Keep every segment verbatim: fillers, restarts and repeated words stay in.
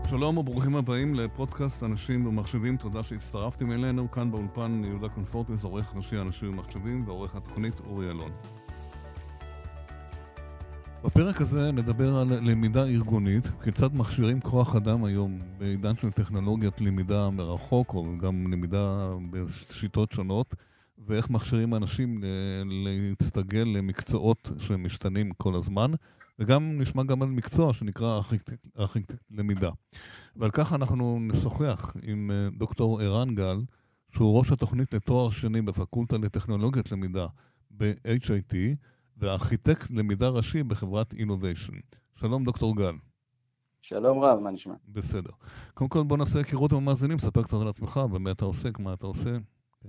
שלום וברוכים הבאים לפודקאסט אנשים ומחשבים. תודה שהצטרפתם אלינו. כאן באולפן יהודה קונפורטס, עורך ראשי אנשים ומחשבים, ועורך התוכנית אורי אלון. בפרק הזה נדבר על למידה ארגונית, כיצד מכשירים כוח אדם היום בעידן של טכנולוגיית למידה מרחוק, או גם למידה בשיטות שונות, ואיך מכשירים אנשים להסתגל למקצועות שמשתנים כל הזמן, וגם נשמע גם על מקצוע שנקרא ארכיטקט, ארכיטקט למידה. ועל כך אנחנו נשוחח עם דוקטור ערן גל, שהוא ראש התוכנית לתואר שני בפקולטה לטכנולוגיית למידה ב-אייץ' איי טי, וארכיטקט למידה ראשי בחברת אינוביישן. שלום דוקטור גל. שלום רב, מה נשמע? בסדר. קודם כל בוא נעשה הכירות עם המאזינים, ספר קצת על עצמך, במה אתה עוסק, מה אתה עושה. כן.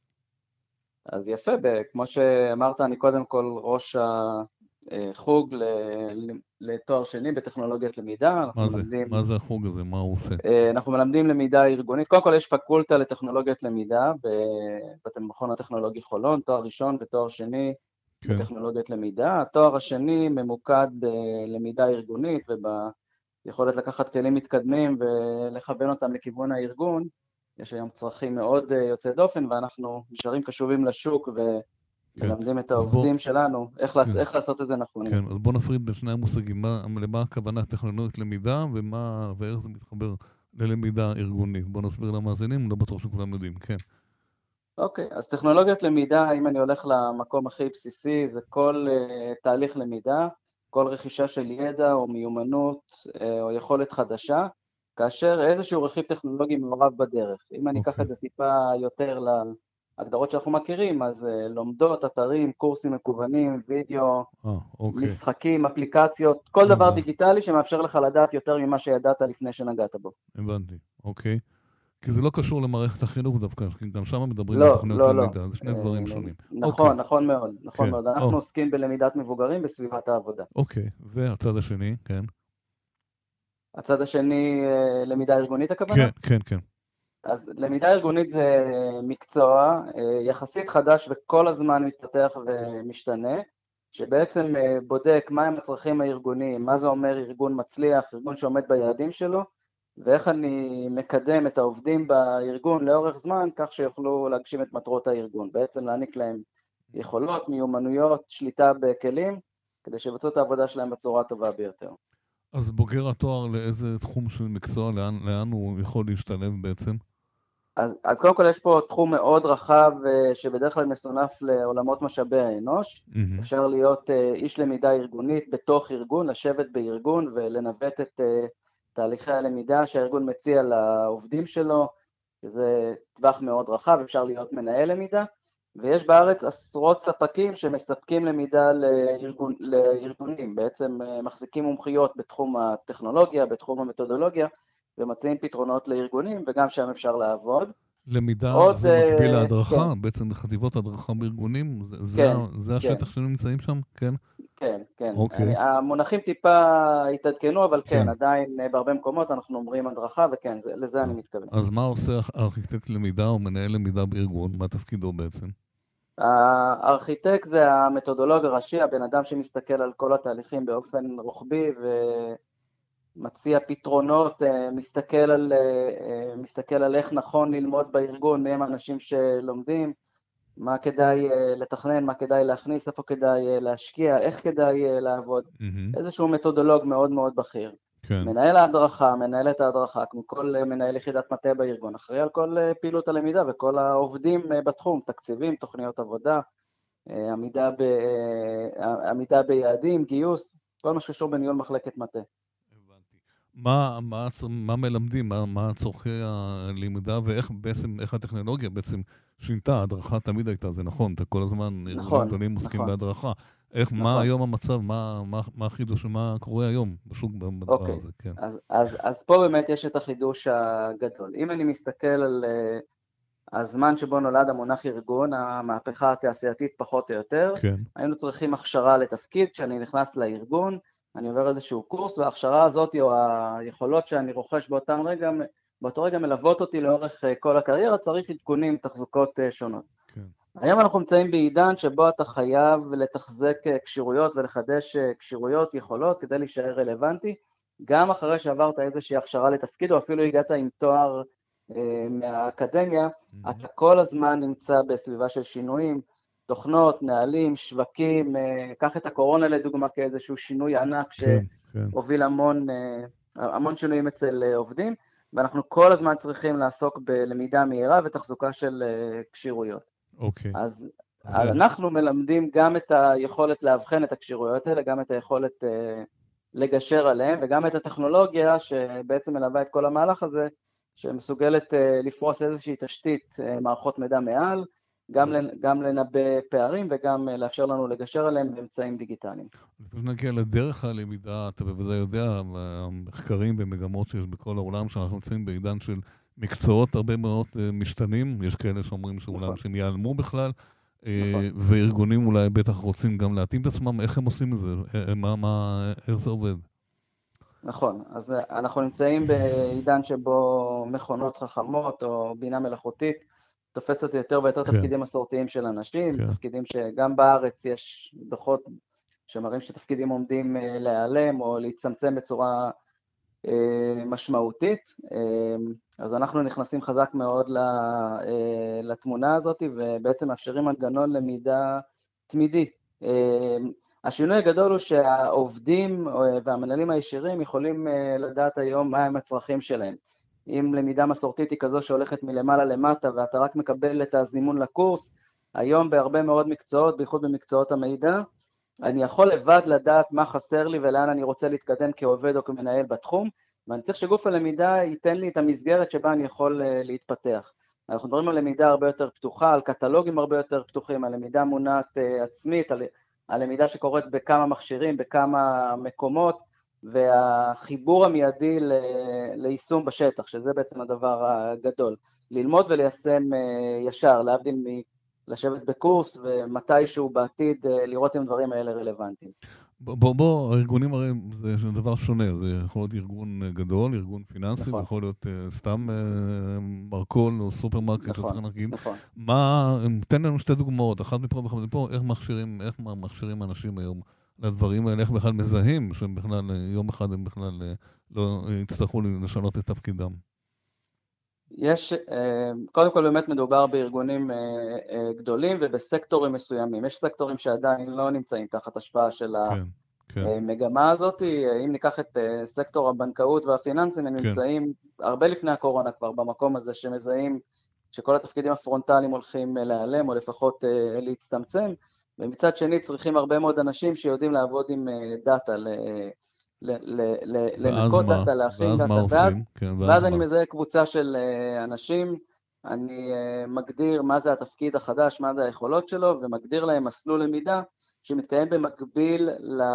אז יפה, כמו שאמרת, אני קודם כל ראש החוג לתואר שני בטכנולוגיית למידה. מה זה? מלמדים, מה זה החוג הזה? מה הוא עושה? אנחנו מלמדים למידה ארגונית. קודם כל יש פקולטה לטכנולוגיית למידה במכון הטכנולוגי חולון, תואר ראשון ותואר שני כן. בטכנולוגיית למידה. התואר השני ממוקד בלמידה ארגונית וביכולת לקחת כלים מתקדמים ולכוון אותם לכיוון הארגון. יש היום צרכים מאוד יוצאי דופן, ואנחנו נשארים קשובים לשוק ומלמדים כן. את העובדים בוא... שלנו איך, כן. לעש... איך לעשות את זה נכון. כן, אז בוא נפריד בין שני המושגים, מה, למה הכוונה טכנולוגית למידה ומה, ואיך זה מתחבר ללמידה ארגונית. בוא נסביר למאזינים, לא בטוח שכולם יודעים, כן. אוקיי, אז טכנולוגיית למידה, אם אני הולך למקום הכי בסיסי, זה כל uh, תהליך למידה, כל רכישה של ידע או מיומנות uh, או יכולת חדשה, כאשר איזשהו רכיב טכנולוגי מעורב בדרך. אם אני אקח את זה טיפה יותר להגדרות שאנחנו מכירים, אז לומדות, אתרים, קורסים מקוונים, וידאו, משחקים, אפליקציות, כל דבר דיגיטלי שמאפשר לך לדעת יותר ממה שידעת לפני שנגעת בו. הבנתי, אוקיי. כי זה לא קשור למערכת החינוך דווקא, כי גם שם מדברים על תוכניות למידה, זה שני דברים שונים. נכון, נכון מאוד, נכון מאוד. אנחנו עוסקים בלמידת מבוגרים בסביבת העבודה. אוקיי, והצד השני, כן. הצד השני, למידה ארגונית הכוונה? כן, כן, כן. אז למידה ארגונית זה מקצוע יחסית חדש וכל הזמן מתפתח ומשתנה, שבעצם בודק מהם הצרכים הארגוניים, מה זה אומר ארגון מצליח, ארגון שעומד ביעדים שלו, ואיך אני מקדם את העובדים בארגון לאורך זמן, כך שיוכלו להגשים את מטרות הארגון, בעצם להעניק להם יכולות, מיומנויות, שליטה בכלים, כדי שיבצעו את העבודה שלהם בצורה הטובה ביותר. אז בוגר התואר לאיזה תחום של מקצוע, לאן, לאן הוא יכול להשתלב בעצם? אז, אז קודם כל יש פה תחום מאוד רחב שבדרך כלל מסונף לעולמות משאבי האנוש. Mm-hmm. אפשר להיות uh, איש למידה ארגונית בתוך ארגון, לשבת בארגון ולנווט את uh, תהליכי הלמידה שהארגון מציע לעובדים שלו, שזה טווח מאוד רחב, אפשר להיות מנהל למידה, ויש בארץ עשרות ספקים שמספקים למידה לארגון, לארגונים, בעצם uh, מחזיקים מומחיות בתחום הטכנולוגיה, בתחום המתודולוגיה, ומציעים פתרונות לארגונים, וגם שם אפשר לעבוד. למידה זה מקביל להדרכה, כן. בעצם לחטיבות הדרכה בארגונים, זה, כן, זה השטח כן. שנמצאים שם, כן? כן, כן. אוקיי. המונחים טיפה התעדכנו, אבל כן, כן, עדיין בהרבה מקומות אנחנו אומרים הדרכה, וכן, זה, לזה אני מתכוון. אז מה עושה ארכיטקט למידה או מנהל למידה בארגון? מה תפקידו בעצם? הארכיטקט זה המתודולוג הראשי, הבן אדם שמסתכל על כל התהליכים באופן רוחבי, ו... מציע פתרונות, מסתכל על, מסתכל על איך נכון ללמוד בארגון, מי הם האנשים שלומדים, מה כדאי לתכנן, מה כדאי להכניס, איפה כדאי להשקיע, איך כדאי לעבוד, mm-hmm. איזשהו מתודולוג מאוד מאוד בכיר. כן. מנהל ההדרכה, מנהלת ההדרכה, כמו כל מנהל יחידת מטה בארגון, אחראי על כל פעילות הלמידה וכל העובדים בתחום, תקציבים, תוכניות עבודה, עמידה, ב, עמידה ביעדים, גיוס, כל מה שקשור בניהול מחלקת מטה. מה, מה, מה מלמדים, מה, מה צורכי הלימודה, ואיך בעצם, איך הטכנולוגיה בעצם שינתה, ההדרכה תמיד הייתה, זה נכון, אתה כל הזמן, נכון, ארגונים עוסקים נכון. בהדרכה. איך, נכון. מה היום המצב, מה, מה, מה החידוש, מה קורה היום בשוק בדבר אוקיי. הזה, כן. אז, אז, אז פה באמת יש את החידוש הגדול. אם אני מסתכל על uh, הזמן שבו נולד המונח ארגון, המהפכה התעשייתית פחות או יותר, כן. היינו צריכים הכשרה לתפקיד, כשאני נכנס לארגון, אני עובר איזשהו קורס, וההכשרה הזאת או היכולות שאני רוכש באותם רגע, באותו רגע מלוות אותי לאורך כל הקריירה, צריך עדכונים, תחזוקות שונות. כן. היום אנחנו נמצאים בעידן שבו אתה חייב לתחזק קשירויות ולחדש קשירויות, יכולות, כדי להישאר רלוונטי, גם אחרי שעברת איזושהי הכשרה לתפקיד, או אפילו הגעת עם תואר אה, מהאקדמיה, Mhm. אתה כל הזמן נמצא בסביבה של שינויים, תוכנות, נהלים, שווקים, אה, קח את הקורונה לדוגמה כאיזשהו שינוי ענק כן, כן. שהוביל המון, אה, המון שינויים אצל אה, עובדים, ואנחנו כל הזמן צריכים לעסוק בלמידה מהירה ותחזוקה של אה, כשירויות. אוקיי. אז זה... אנחנו מלמדים גם את היכולת להבחן את הכשירויות האלה, גם את היכולת אה, לגשר עליהם, וגם את הטכנולוגיה שבעצם מלווה את כל המהלך הזה, שמסוגלת אה, לפרוס איזושהי תשתית אה, מערכות מידע מעל, גם, לנ, גם לנבא פערים וגם אה, לאפשר לנו לגשר עליהם באמצעים דיגיטליים. לפני שנגיע לדרך הלמידה, אתה בוודאי יודע, המחקרים ומגמות שיש בכל העולם, שאנחנו נמצאים בעידן של מקצועות הרבה מאוד uh, משתנים, יש כאלה שאומרים שאולי נכון. שהם ייעלמו בכלל, uh, נכון. וארגונים אולי בטח רוצים גם להתאים את עצמם, איך הם עושים את זה? מה, מה, איך זה עובד? נכון, אז אנחנו נמצאים בעידן שבו מכונות חכמות או בינה מלאכותית תופסת יותר ויותר כן. תפקידים מסורתיים של אנשים, כן. תפקידים שגם בארץ יש דוחות שמראים שתפקידים עומדים אה, להיעלם או להצטמצם בצורה אה, משמעותית, אה, אז אנחנו נכנסים חזק מאוד ל, אה, לתמונה הזאת ובעצם מאפשרים מנגנון למידה תמידי. אה, השינוי הגדול הוא שהעובדים והמנהלים הישירים יכולים לדעת היום מה הם הצרכים שלהם. אם למידה מסורתית היא כזו שהולכת מלמעלה למטה ואתה רק מקבל את הזימון לקורס, היום בהרבה מאוד מקצועות, בייחוד במקצועות המידע, אני יכול לבד לדעת מה חסר לי ולאן אני רוצה להתקדם כעובד או כמנהל בתחום, ואני צריך שגוף הלמידה ייתן לי את המסגרת שבה אני יכול להתפתח. אנחנו מדברים על למידה הרבה יותר פתוחה, על קטלוגים הרבה יותר פתוחים, על למידה מונעת עצמית, על הלמידה שקורית בכמה מכשירים, בכמה מקומות, והחיבור המיידי ליישום בשטח, שזה בעצם הדבר הגדול. ללמוד וליישם ישר, להבדיל מלשבת בקורס, ומתישהו בעתיד לראות אם דברים האלה רלוונטיים. בוא, בוא, הארגונים הרי זה דבר שונה, זה יכול להיות ארגון גדול, ארגון פיננסי, נכון. יכול להיות uh, סתם uh, מרקול או סופרמרקט, נכון, שצריך להגיד. נכון. מה, תן לנו שתי דוגמאות, אחת מפה ואחת מפה, איך מכשירים, איך מכשירים אנשים היום לדברים האלה, איך בכלל מזהים, שהם בכלל, יום אחד הם בכלל לא יצטרכו לשנות את תפקידם. יש, קודם כל באמת מדובר בארגונים גדולים ובסקטורים מסוימים. יש סקטורים שעדיין לא נמצאים תחת השפעה של כן, כן. המגמה הזאת. אם ניקח את סקטור הבנקאות והפיננסים, הם כן. נמצאים הרבה לפני הקורונה כבר במקום הזה שמזהים שכל התפקידים הפרונטליים הולכים להיעלם או לפחות להצטמצם, ומצד שני צריכים הרבה מאוד אנשים שיודעים לעבוד עם דאטה, לנקות דאטה, להכין דאטה, ואז, כן, ואז, ואז אני מזהה קבוצה של אנשים, אני מגדיר מה זה התפקיד החדש, מה זה היכולות שלו, ומגדיר להם מסלול למידה שמתקיים במקביל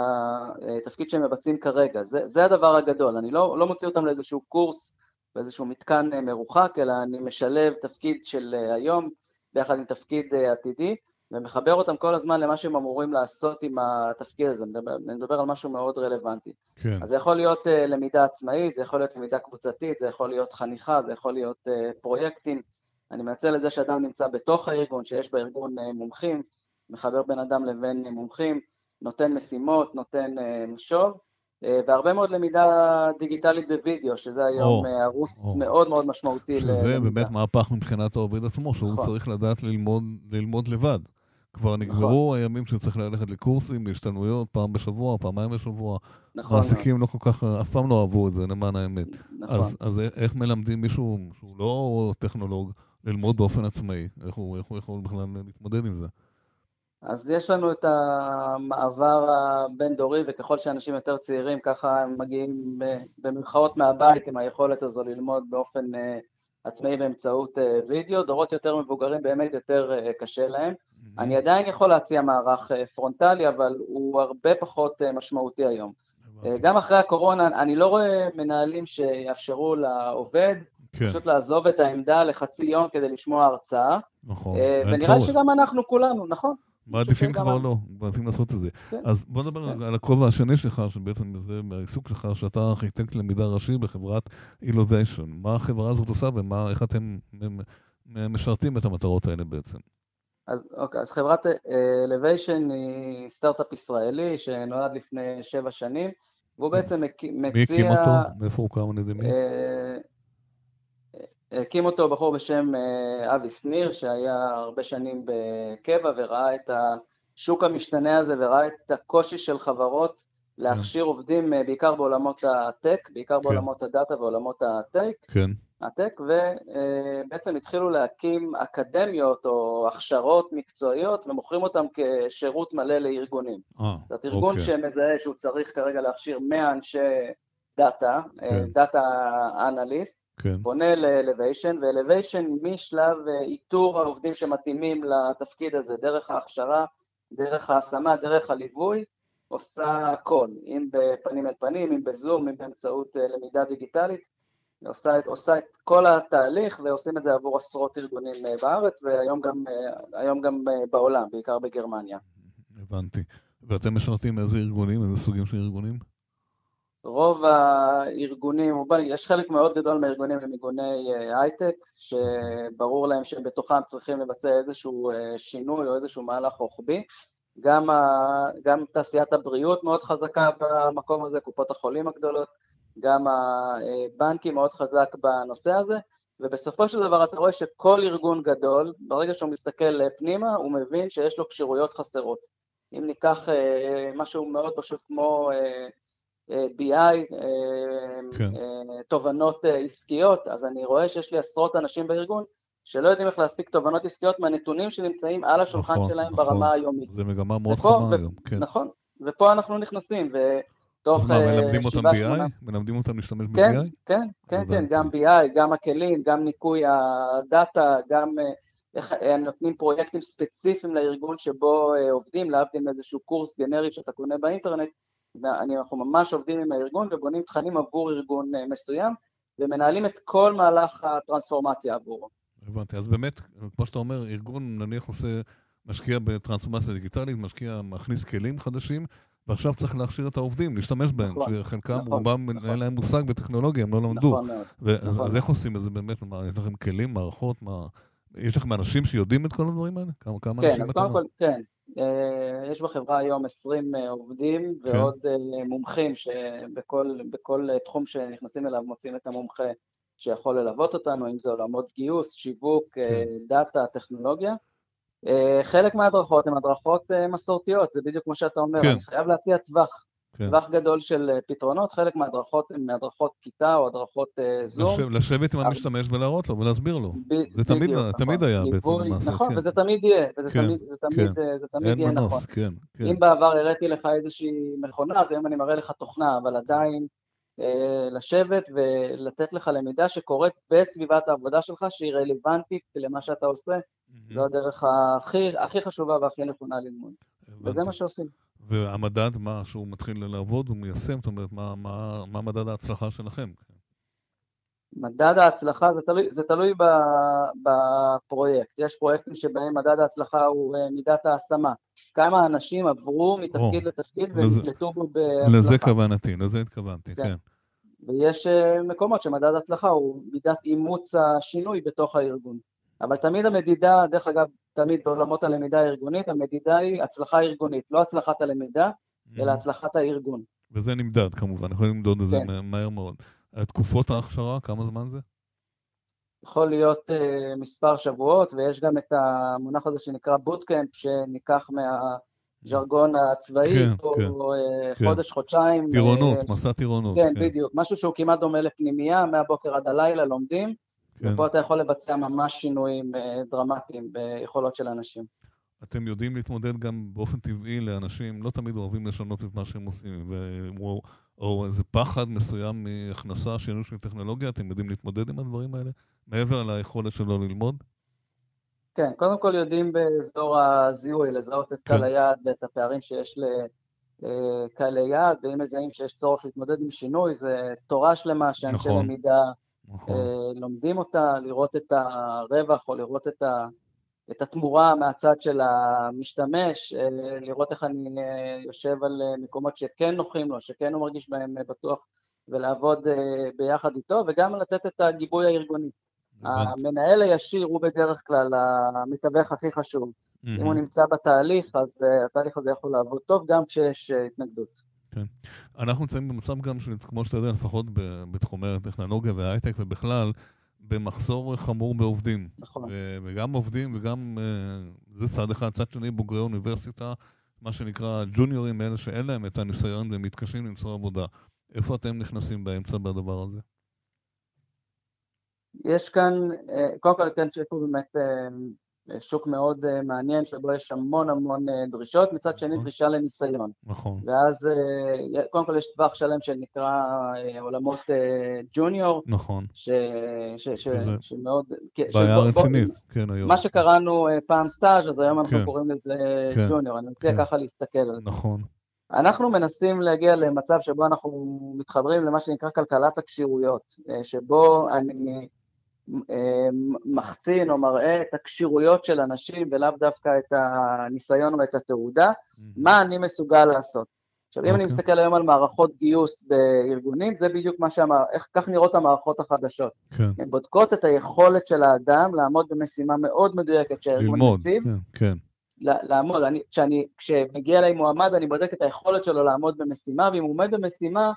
לתפקיד שהם מבצעים כרגע. זה, זה הדבר הגדול, אני לא, לא מוציא אותם לאיזשהו קורס, באיזשהו מתקן מרוחק, אלא אני משלב תפקיד של היום, ביחד עם תפקיד עתידי, ומחבר אותם כל הזמן למה שהם אמורים לעשות עם התפקיד הזה, אני מדבר על משהו מאוד רלוונטי. כן. אז זה יכול להיות uh, למידה עצמאית, זה יכול להיות למידה קבוצתית, זה יכול להיות חניכה, זה יכול להיות uh, פרויקטים. אני מנצל את זה שאדם נמצא בתוך הארגון, שיש בארגון uh, מומחים, מחבר בין אדם לבין מומחים, נותן משימות, נותן uh, משוב, uh, והרבה מאוד למידה דיגיטלית בווידאו, שזה היום oh, ערוץ oh. מאוד מאוד משמעותי שזה ללמידה. שזה באמת מהפך מבחינת העובד עצמו, שהוא נכון. צריך לדעת ללמוד, ללמוד לבד. כבר נגמרו נכון. הימים שצריך ללכת לקורסים, להשתלמויות, פעם בשבוע, פעמיים בשבוע. נכון. מעסיקים נכון. לא כל כך, אף פעם לא אהבו את זה, למען האמת. נכון. אז, אז איך מלמדים מישהו שהוא לא טכנולוג, ללמוד באופן עצמאי? איך הוא, איך הוא יכול בכלל להתמודד עם זה? אז יש לנו את המעבר הבין-דורי, וככל שאנשים יותר צעירים, ככה הם מגיעים במרכאות מהבית עם היכולת הזו ללמוד באופן עצמאי באמצעות וידאו. דורות יותר מבוגרים באמת יותר קשה להם. Mm-hmm. אני עדיין יכול להציע מערך פרונטלי, אבל הוא הרבה פחות משמעותי היום. Mm-hmm. גם אחרי הקורונה, אני לא רואה מנהלים שיאפשרו לעובד, כן. פשוט לעזוב את העמדה לחצי יום כדי לשמוע הרצאה. נכון. ונראה לי שגם אנחנו כולנו, נכון? מעדיפים כבר לא, מעדיפים לעשות את זה. כן. אז בוא נדבר כן. על הכובע השני שלך, שבעצם זה מהעיסוק שלך, שאתה ארכיטקט למידה ראשי בחברת Elevation. מה החברה הזאת עושה ואיך אתם משרתים את המטרות האלה בעצם? אז אוקיי, אז חברת Elevation היא סטארט-אפ ישראלי שנולד לפני שבע שנים, והוא בעצם מציע... מי הקים אותו? מאיפה הוא קם על ידי מי? הקים אותו בחור בשם אבי שניר, שהיה הרבה שנים בקבע וראה את השוק המשתנה הזה, וראה את הקושי של חברות להכשיר עובדים בעיקר בעולמות הטק, בעיקר בעולמות הדאטה ועולמות הטק, כן. הטק, ובעצם התחילו להקים אקדמיות או הכשרות מקצועיות, ומוכרים אותם כשירות מלא לארגונים. זאת ארגון שמזהה שהוא צריך כרגע להכשיר מאה אנשי דאטה, דאטה אנליסט, פונה ל-Elevation, ו-Elevation משלב איתור העובדים שמתאימים לתפקיד הזה, דרך ההכשרה, דרך ההשמה, דרך הליווי, עושה הכל, אם בפנים אל פנים, אם בזום, אם באמצעות למידה דיגיטלית, עושה את, עושה את כל התהליך, ועושים את זה עבור עשרות ארגונים בארץ, והיום גם, היום גם בעולם, בעיקר בגרמניה. הבנתי. ואתם משרתים איזה ארגונים, איזה סוגים של ארגונים? רוב הארגונים, יש חלק מאוד גדול מהארגונים הם ארגוני הייטק, שברור להם שבתוכם צריכים לבצע איזשהו שינוי או איזשהו מהלך רוחבי. גם, גם תעשיית הבריאות מאוד חזקה במקום הזה, קופות החולים הגדולות, גם הבנקים מאוד חזק בנושא הזה, ובסופו של דבר אתה רואה שכל ארגון גדול, ברגע שהוא מסתכל פנימה, הוא מבין שיש לו קשירויות חסרות. אם ניקח משהו מאוד פשוט כמו בי איי, כן. תובנות עסקיות, אז אני רואה שיש לי עשרות אנשים בארגון, שלא יודעים איך להפיק תובנות עסקיות מהנתונים שנמצאים על השולחן נכון, שלהם נכון. ברמה היומית. זה מגמה מאוד ופה, חמה ו... היום, כן. נכון, ופה אנחנו נכנסים, ותוך... אז מה, מלמדים אותם בי איי? מלמדים אותם להשתמש ב-בי איי? כן, כן, כן, גם בי איי, גם הכלים, גם ניקוי הדאטה, גם איך נותנים פרויקטים ספציפיים לארגון שבו עובדים, להבדיל איזשהו קורס גנרי שאתה קונה באינטרנט, אנחנו ממש עובדים עם הארגון ובונים תכנים עבור ארגון מסוים, ומנהלים את כל מהלך הטרנספורמציה עבורו. הבנתי, אז באמת, כמו שאתה אומר, ארגון נניח עושה, משקיע בטרנספורמציה דיגיטלית, משקיע, מכניס כלים חדשים, ועכשיו צריך להכשיר את העובדים, להשתמש בהם, נכון, שחלקם נכון, רובם נכון. אין להם מושג בטכנולוגיה, הם לא למדו. נכון מאוד. ו- נכון. אז איך עושים את זה באמת? מה, יש לכם כלים, מערכות, מה... יש לכם אנשים שיודעים את כל הדברים האלה? כמה, כמה כן, אנשים אז קודם כל, כן. יש בחברה היום עשרים עובדים ועוד כן. מומחים שבכל בכל תחום שנכנסים אליו מוצאים את המומחה שיכול ללוות אותנו, אם זה עולמות גיוס, שיווק, כן. דאטה, טכנולוגיה. חלק מההדרכות הן הדרכות מסורתיות, זה בדיוק כמו שאתה אומר, כן. אני חייב להציע טווח, כן. טווח גדול של פתרונות, חלק מההדרכות הן מהדרכות כיתה או הדרכות זום. לשב, לשבת עם המשתמש ולהראות לו ולהסביר לו. ב- זה תמיד, בדיוק, תמיד נכון. היה ליווי, בעצם למעשה. נכון, כן. וזה תמיד יהיה, וזה כן. תמיד, זה תמיד, כן. זה תמיד יהיה מנוס, נכון. כן, כן. אם בעבר הראיתי לך איזושהי מכונה, אז היום אני מראה לך תוכנה, אבל עדיין אה, לשבת ולתת לך למידה שקורית בסביבת העבודה שלך, שהיא רלוונטית למה שאתה עושה, mm-hmm. זו הדרך הכי, הכי חשובה והכי נכונה ללמוד. הבנתי. וזה מה שעושים. והמדד, מה שהוא מתחיל לעבוד, הוא מיישם, זאת אומרת, מה, מה, מה מדד ההצלחה שלכם? מדד ההצלחה, זה תלוי, זה תלוי בפרויקט. יש פרויקטים שבהם מדד ההצלחה הוא מידת ההשמה. כמה אנשים עברו מתפקיד או, לתפקיד ונקלטו בו בהצלחה. לזה כוונתי, לזה התכוונתי, כן. כן. ויש מקומות שמדד ההצלחה הוא מידת אימוץ השינוי בתוך הארגון. אבל תמיד המדידה, דרך אגב, תמיד בעולמות הלמידה הארגונית, המדידה היא הצלחה ארגונית, לא הצלחת הלמידה, אלא הצלחת הארגון. וזה נמדד כמובן, יכולים למדוד את זה מהר מאוד. תקופות ההכשרה, כמה זמן זה? יכול להיות uh, מספר שבועות, ויש גם את המונח הזה שנקרא בוטקאמפ, שניקח מהז'רגון הצבאי, כן, או כן, uh, חודש, כן. חודשיים. טירונות, uh, מסע טירונות. כן, כן, בדיוק. משהו שהוא כמעט דומה לפנימייה, מהבוקר עד הלילה לומדים, כן. ופה אתה יכול לבצע ממש שינויים uh, דרמטיים ביכולות של אנשים. אתם יודעים להתמודד גם באופן טבעי לאנשים, לא תמיד אוהבים לשנות את מה שהם עושים, ו... או איזה פחד מסוים מהכנסה, שינוי של טכנולוגיה, אתם יודעים להתמודד עם הדברים האלה, מעבר ליכולת שלו ללמוד? כן, קודם כל יודעים באזור הזיהוי, לזהות את קהל היעד ואת הפערים שיש לקהל היעד, ואם מזהים שיש צורך להתמודד עם שינוי, זה תורה שלמה שאנשי למידה לומדים אותה, לראות את הרווח או לראות את ה... את התמורה מהצד של המשתמש, לראות איך אני יושב על מקומות שכן נוחים לו, שכן הוא מרגיש בהם בטוח, ולעבוד ביחד איתו, וגם לתת את הגיבוי הארגוני. המנהל הישיר הוא בדרך כלל המתווך הכי חשוב. אם הוא נמצא בתהליך, אז התהליך הזה יכול לעבוד טוב, גם כשיש התנגדות. כן. אנחנו נמצאים במצב גם, כמו שאתה יודע, לפחות בתחומי הטכנולוגיה וההייטק ובכלל, במחסור חמור בעובדים. נכון. וגם עובדים וגם, זה צד אחד, צד שני, בוגרי אוניברסיטה, מה שנקרא ג'וניורים, אלה שאין להם את הניסיון והם מתקשים למצוא עבודה. איפה אתם נכנסים באמצע בדבר הזה? יש כאן, קודם כל, כן, שיש פה באמת שוק מאוד מעניין, שבו יש המון המון דרישות, מצד שני דרישה לניסיון. נכון. ואז, קודם כל, יש טווח שלם שנקרא עולמות ג'וניור. נכון. שמאוד... בעיה רצינית, כן, היום. מה שקראנו פעם סטאז', אז היום אנחנו קוראים לזה ג'וניור. אני מציע ככה להסתכל על זה. נכון. אנחנו מנסים להגיע למצב שבו אנחנו מתחברים למה שנקרא כלכלת הקשירויות, שבו אני מחצין או מראה את הקשירויות של אנשים ולאו דווקא את הניסיון או את התעודה, מה אני מסוגל לעשות. עכשיו, אם אני מסתכל היום על מערכות גיוס בארגונים, זה בדיוק מה שאמר, איך כך נראות המערכות החדשות. הן בודקות את היכולת של האדם לעמוד במשימה מאוד מדויקת שהארגון מציב. ללמוד, כן. לעמוד, אני, כשאני, כשמגיע אליי מועמד, אני בודק את היכולת שלו לעמוד במשימה, ואם הוא עומד במשימה,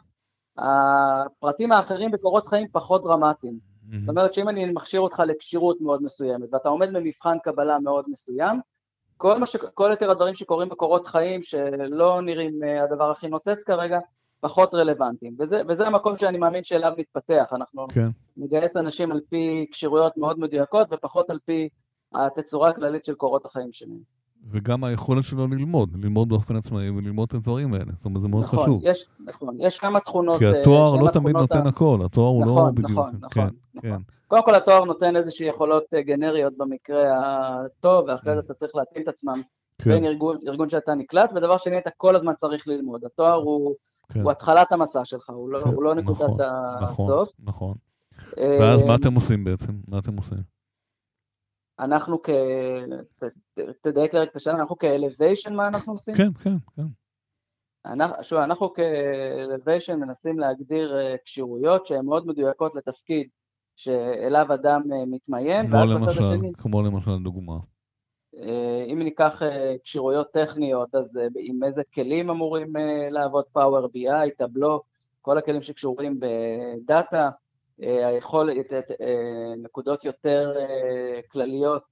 הפרטים האחרים בקורות חיים פחות דרמטיים. Mm-hmm. זאת אומרת שאם אני מכשיר אותך לקשירות מאוד מסוימת, ואתה עומד במבחן קבלה מאוד מסוים, כל, מה ש... כל יותר הדברים שקורים בקורות חיים, שלא נראים הדבר הכי נוצץ כרגע, פחות רלוונטיים. וזה, וזה המקום שאני מאמין שאליו מתפתח. אנחנו כן. נגייס אנשים על פי קשירויות מאוד מדויקות, ופחות על פי התצורה הכללית של קורות החיים שלהם. וגם היכולת שלו ללמוד, ללמוד באופן עצמאי וללמוד את הדברים האלה. זאת אומרת, זה מאוד נכון, חשוב. יש, נכון, יש כמה תכונות... כי התואר לא תמיד נותן הכל, התואר הוא לא בדיוק. נכון, נכון, נכון. קודם כל התואר נותן איזושהי יכולות גנריות במקרה הטוב, ואחרי זה אתה צריך להתאים את עצמם בין ארגון שאתה נקלט, ודבר שני, אתה כל הזמן צריך ללמוד. התואר הוא התחלת המסע שלך, הוא לא נקודת הסוף. נכון, נכון. ואז מה אתם עושים בעצם? מה אתם עושים? אנחנו כ... תדייק לרגע את השאלה, אנחנו כ-elevation, מה אנחנו עושים? כן, כן, כן. שוב, אנחנו כ-elevation מנסים להגדיר קשירויות שהן מאוד מדויקות לתפקיד שאליו אדם מתמיין. כמו למשל, כמו למשל דוגמה. אם ניקח קשירויות טכניות, אז עם איזה כלים אמורים לעבוד, Power בי איי, טבלו, כל הכלים שקשורים בדאטה, היכול, נקודות יותר כלליות,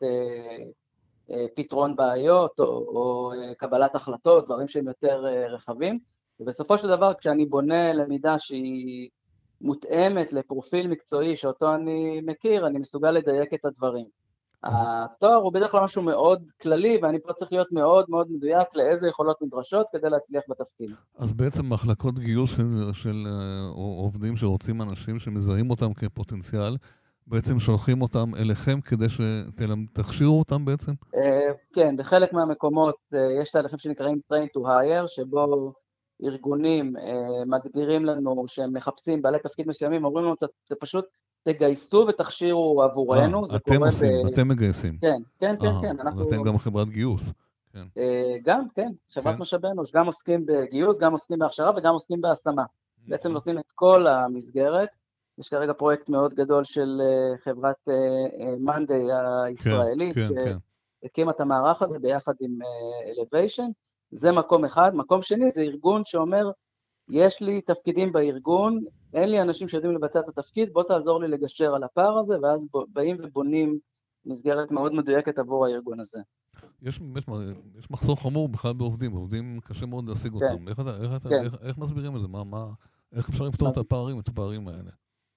פתרון בעיות או, או קבלת החלטות, דברים שהם יותר רחבים. ובסופו של דבר, כשאני בונה למידה שהיא מותאמת לפרופיל מקצועי שאותו אני מכיר, אני מסוגל לדייק את הדברים. התואר הוא בדרך כלל משהו מאוד כללי, ואני פה צריך להיות מאוד מאוד מדויק לאיזה יכולות נדרשות כדי להצליח בתפקיד. אז בעצם מחלקות גיוס של, של עובדים שרוצים אנשים שמזהים אותם כפוטנציאל, בעצם שולחים אותם אליכם כדי שתכשירו אותם בעצם? כן, בחלק מהמקומות יש תהליכים שנקראים train to hire, שבו ארגונים מגדירים לנו שהם מחפשים בעלי תפקיד מסוימים, אומרים לנו, זה פשוט תגייסו ותכשירו עבורנו. אתם עושים, אתם מגייסים. כן, כן, כן, כן. אתם גם חברת גיוס. גם, כן, חברת משאבי אנוש, גם עוסקים בגיוס, גם עוסקים בהכשרה וגם עוסקים בהשמה. בעצם נותנים את כל המסגרת. יש כרגע פרויקט מאוד גדול של חברת מאנדיי הישראלית, שהקימה את המערך הזה ביחד עם elevation. זה מקום אחד. מקום שני זה ארגון שאומר, יש לי תפקידים בארגון, אין לי אנשים שיודעים לבצע את התפקיד, בוא תעזור לי לגשר על הפער הזה, ואז באים ובונים מסגרת מאוד מדויקת עבור הארגון הזה. יש, יש, יש מחסור חמור בכלל בעובדים, עובדים קשה מאוד להשיג אותם. כן. איך, איך, כן. איך, איך מסבירים את זה? מה, מה, איך אפשר לפתור את הפערים, את הפערים האלה?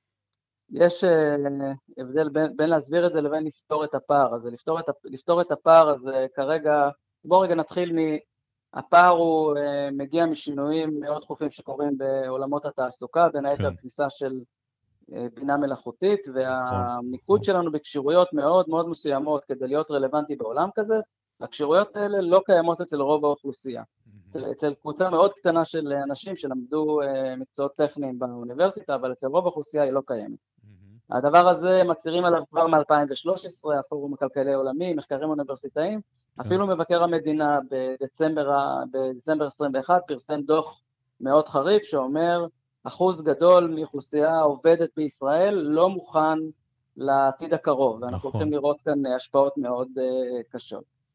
יש uh, הבדל בין, בין להסביר את זה לבין לפתור את הפער הזה. לפתור את, לפתור את הפער הזה כרגע, בואו רגע נתחיל מ... הפער הוא uh, מגיע משינויים מאוד דחופים שקורים בעולמות התעסוקה, בין היתר כניסה של uh, בינה מלאכותית, והמיקוד שלנו בקשירויות מאוד מאוד מסוימות כדי להיות רלוונטי בעולם כזה, הקשירויות האלה לא קיימות אצל רוב האוכלוסייה. אצל, אצל קבוצה מאוד קטנה של אנשים שלמדו uh, מקצועות טכניים באוניברסיטה, אבל אצל רוב האוכלוסייה היא לא קיימת. הדבר הזה מצהירים עליו כבר מ-אלפיים ושלוש עשרה, הפורום הכלכלי העולמי, מחקרים אוניברסיטאיים, אפילו מבקר המדינה בדצמבר, בדצמבר עשרים ואחת פרסם דוח מאוד חריף שאומר, אחוז גדול מאוכלוסייה עובדת בישראל לא מוכן לעתיד הקרוב, ואנחנו הולכים לראות כאן השפעות מאוד קשות.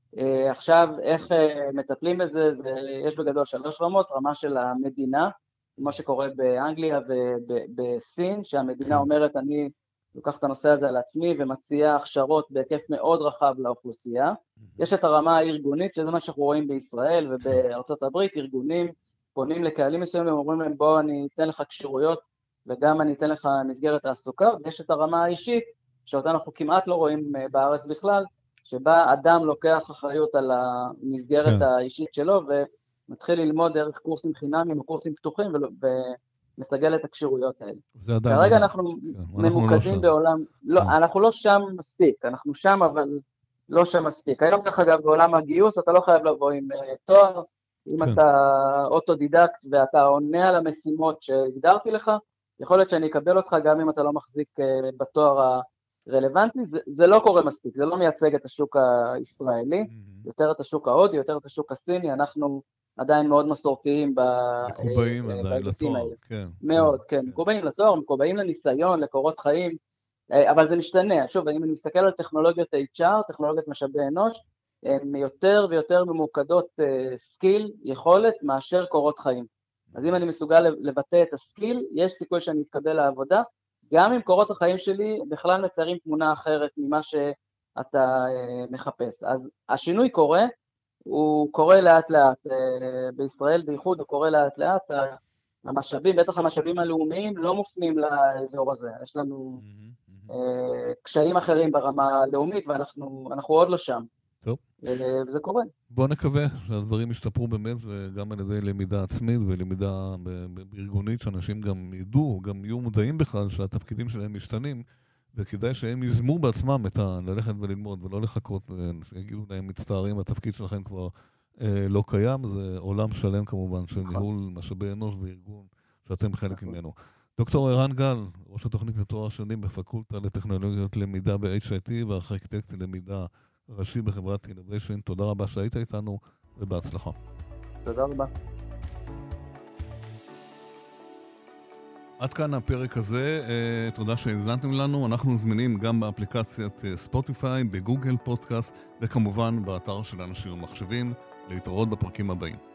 עכשיו, איך מטפלים בזה? זה, יש בגדול שלוש רמות, רמה של המדינה, כמו שקורה באנגליה ובסין, שהמדינה אומרת, אני לוקח את הנושא הזה על עצמי ומציעה הכשרות בהיקף מאוד רחב לאוכלוסייה. יש את הרמה הארגונית, שזה מה שאנחנו רואים בישראל ובארצות הברית, ארגונים פונים לקהלים מסוימים, אומרים להם, בוא אני אתן לך כשירויות, וגם אני אתן לך מסגרת תעסוקה, ויש את הרמה האישית, שאותה אנחנו כמעט לא רואים בארץ בכלל, שבה אדם לוקח אחריות על המסגרת כן. האישית שלו, ומתחיל ללמוד דרך קורסים חינמיים או קורסים פתוחים, ומסגל את הקשירויות האלה. כרגע אנחנו כן. ממוקדים לא בעולם, לא, כן. אנחנו לא שם מספיק, אנחנו שם אבל לא שם מספיק. היום דרך אגב בעולם הגיוס, אתה לא חייב לבוא עם תואר, אם כן. אתה אוטודידקט ואתה עונה על המשימות שהגדרתי לך, יכול להיות שאני אקבל אותך גם אם אתה לא מחזיק בתואר רלוונטי, זה, זה לא קורה מספיק, זה לא מייצג את השוק הישראלי, mm-hmm. יותר את השוק ההודי, יותר את השוק הסיני, אנחנו עדיין מאוד מסורתיים מקובעים עדיין לתואר, כן. מאוד, כן, כן. מקובעים לתואר, מקובעים לניסיון, לקורות חיים, אבל זה משתנה, שוב, אם אני מסתכל על טכנולוגיות אייץ' אר, טכנולוגיות משאבי אנוש, הן יותר ויותר ממוקדות סקיל, יכולת, מאשר קורות חיים. אז אם אני מסוגל לבטא את הסקיל, יש סיכוי שאני אתקבל לעבודה, גם אם קורות החיים שלי בכלל מציירים תמונה אחרת ממה שאתה מחפש. אז השינוי קורה, הוא קורה לאט לאט, בישראל בייחוד הוא קורה לאט לאט, המשאבים, בטח המשאבים הלאומיים לא מופנים לאזור הזה, יש לנו קשיים אחרים ברמה הלאומית ואנחנו עוד לא שם. טוב. וזה קורה. בוא נקווה שהדברים ישתפרו באמת, וגם על ידי למידה עצמית ולמידה בארגונית, שאנשים גם ידעו, גם יהיו מודעים בכלל שהתפקידים שלהם משתנים, וכדאי שהם יזמו בעצמם את ה... ללכת וללמוד, ולא לחכות, שיגידו להם מצטערים, התפקיד שלכם כבר אה, לא קיים, זה עולם שלם כמובן, של ניהול משאבי אנוש וארגון, שאתם חלק ממנו. דוקטור ערן גל, ראש התוכנית לתואר שני בפקולטה לטכנולוגיות למידה ב-אייץ' איי טי, וארכיטקט למידה ראשי בחברת Innovation. תודה רבה שהיית איתנו ובהצלחה. תודה רבה. עד כאן הפרק הזה, תודה שהזנתם לנו. אנחנו זמינים גם באפליקציית ספוטיפיי, בגוגל פודקאסט, וכמובן באתר של אנשים ומחשבים. להתראות בפרקים הבאים.